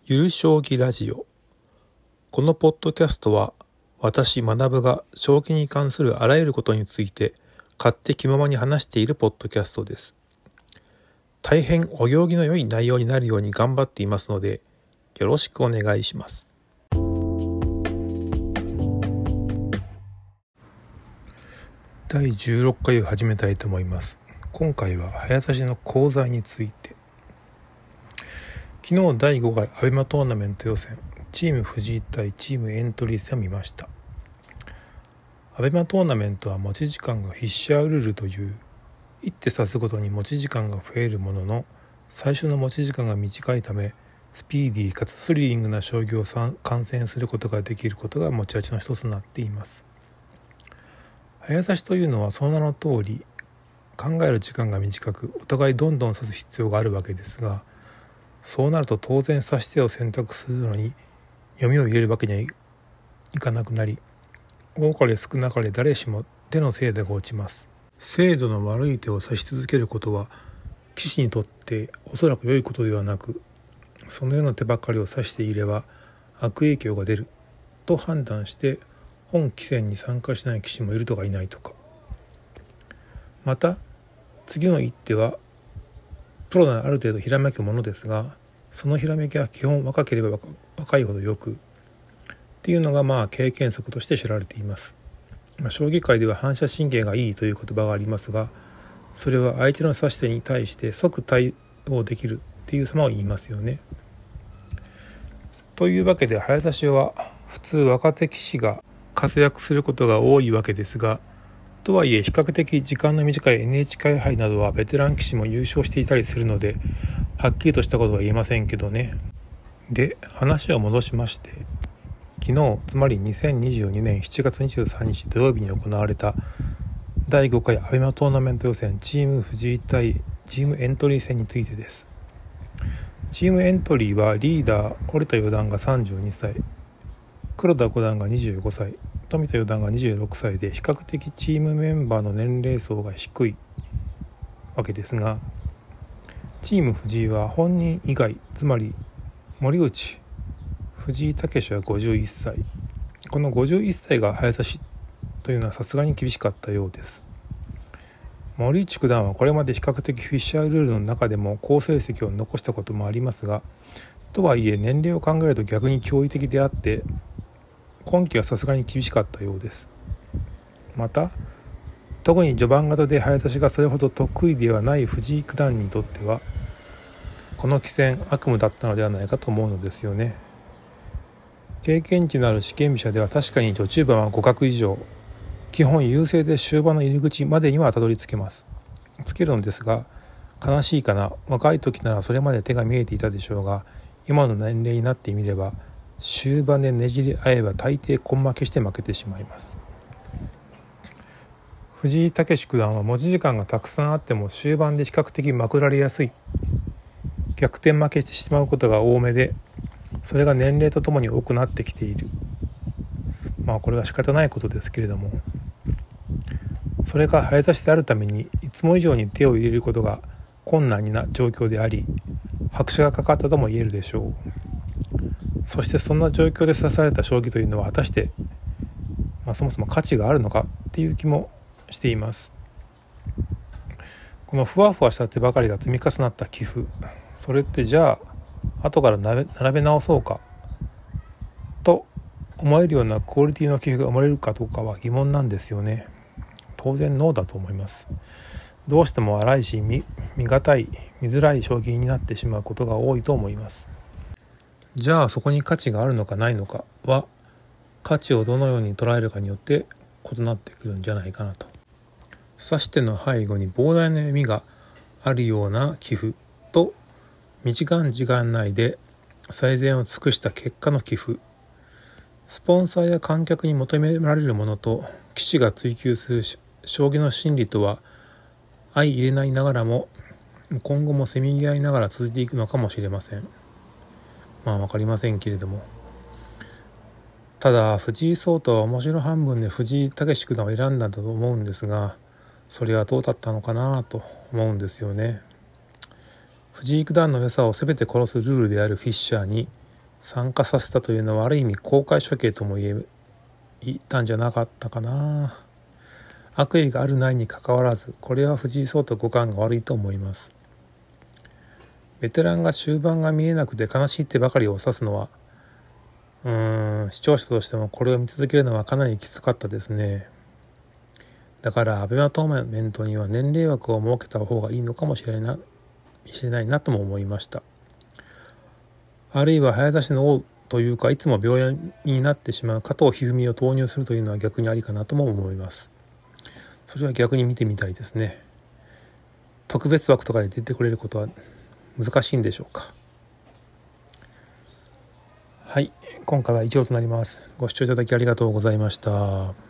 ゆる将棋ラジオ。このポッドキャストは私学が将棋に関するあらゆることについて勝手気ままに話しているポッドキャストです。大変お行儀の良い内容になるように頑張っていますのでよろしくお願いします。第16回を始めたいと思います。今回は早指しの功罪について。昨日第5回アベマトーナメント予選チーム藤井対チームエントリー戦を見ました。アベマトーナメントは持ち時間がフィッシャールールという一手指すごとに持ち時間が増えるものの最初の持ち時間が短いためスピーディーかつスリリングな将棋を観戦することができることが持ち味の一つになっています。早指しというのはその名の通り考える時間が短くお互いどんどん指す必要があるわけですが、そうなると当然指し手を選択するのに読みを入れるわけにはいかなくなり、多かれ少なかれ誰しも手の精度が落ちます。精度の悪い手を指し続けることは棋士にとっておそらく良いことではなく、そのような手ばかりを指していれば悪影響が出ると判断して本棋戦に参加しない棋士もいるとかいないとか。また次の一手はプロならある程度ひらめくものですが、そのひらめきは基本若ければ若いほどよくっていうのが経験則として知られています。将棋界では反射神経がいいという言葉がありますが、それは相手の指し手に対して即対応できるっていう様を言いますよね。というわけで早指しは普通若手棋士が活躍することが多いわけですが、とはいえ比較的時間の短い NHK 杯などはベテラン棋士も優勝していたりするのではっきりとしたことは言えませんけどね。で、話を戻しまして、昨日つまり2022年7月23日土曜日に行われた第5回アベマトーナメント予選チーム藤井対チームエントリー戦についてです。チームエントリーはリーダー折田四段が32歳、黒田五段が25歳、富田四段が26歳で比較的チームメンバーの年齢層が低いわけですが、チーム藤井は本人以外つまり森内藤井猛は51歳、この51歳が早指しというのはさすがに厳しかったようです。森内九段はこれまで比較的フィッシャールールの中でも好成績を残したこともありますが、とはいえ年齢を考えると逆に驚異的であって今期はさすがに厳しかったようです。また特に序盤型で早指しがそれほど得意ではない藤井九段にとってはこの棋戦悪夢だったのではないかと思うのですよね。経験値のある四間飛車では確かに序中盤は互角以上基本優勢で終盤の入り口までにはたどり着けるのですが、悲しいかな、若い時ならそれまで手が見えていたでしょうが、今の年齢になってみれば終盤でねじり合えば大抵根負けして負けてしまいます。藤井猛九段は持ち時間がたくさんあっても終盤で比較的まくられやすい、逆転負けしてしまうことが多めで、それが年齢とともに多くなってきている。これは仕方ないことですけれども、それが早指しであるためにいつも以上に手を入れることが困難な状況であり拍車がかかったとも言えるでしょう。そしてそんな状況で指された将棋というのは果たして、そもそも価値があるのかっていう気もしています。このふわふわした手ばかりが積み重なった棋譜、それってじゃあ後から並べ直そうかと思えるようなクオリティの棋譜が生まれるかどうかは疑問なんですよね。当然ノーだと思います。どうしても荒いし見難い見づらい将棋になってしまうことが多いと思います。じゃあそこに価値があるのかないのかは価値をどのように捉えるかによって異なってくるんじゃないかなと。指し手の背後に膨大な読みがあるような棋譜と短い時間内で最善を尽くした結果の棋譜、スポンサーや観客に求められるものと棋士が追求する将棋の真理とは相入れないながらも今後もせめぎ合いながら続いていくのかもしれません。分かりませんけれども、ただ藤井聡太は面白半分で藤井猛九段を選んだんだと思うんですが、それはどうだったのかなと思うんですよね。藤井九段の良さを全て殺すルールであるフィッシャーに参加させたというのはある意味公開処刑とも言えたんじゃなかったかな。悪意があるないにかかわらず、これは藤井聡太五冠が悪いと思います。ベテランが終盤が見えなくて悲しい手ばかりを指すのは、視聴者としてもこれを見続けるのはかなりきつかったですね。だからアベマトーナメントには年齢枠を設けた方がいいのかもしれないなとも思いました。あるいは早指しの王というかいつも秒読みになってしまう加藤一二三を投入するというのは逆にありかなとも思います。それは逆に見てみたいですね。特別枠とかで出てくれることは難しいんでしょうか。はい、今回は以上となります。ご視聴いただきありがとうございました。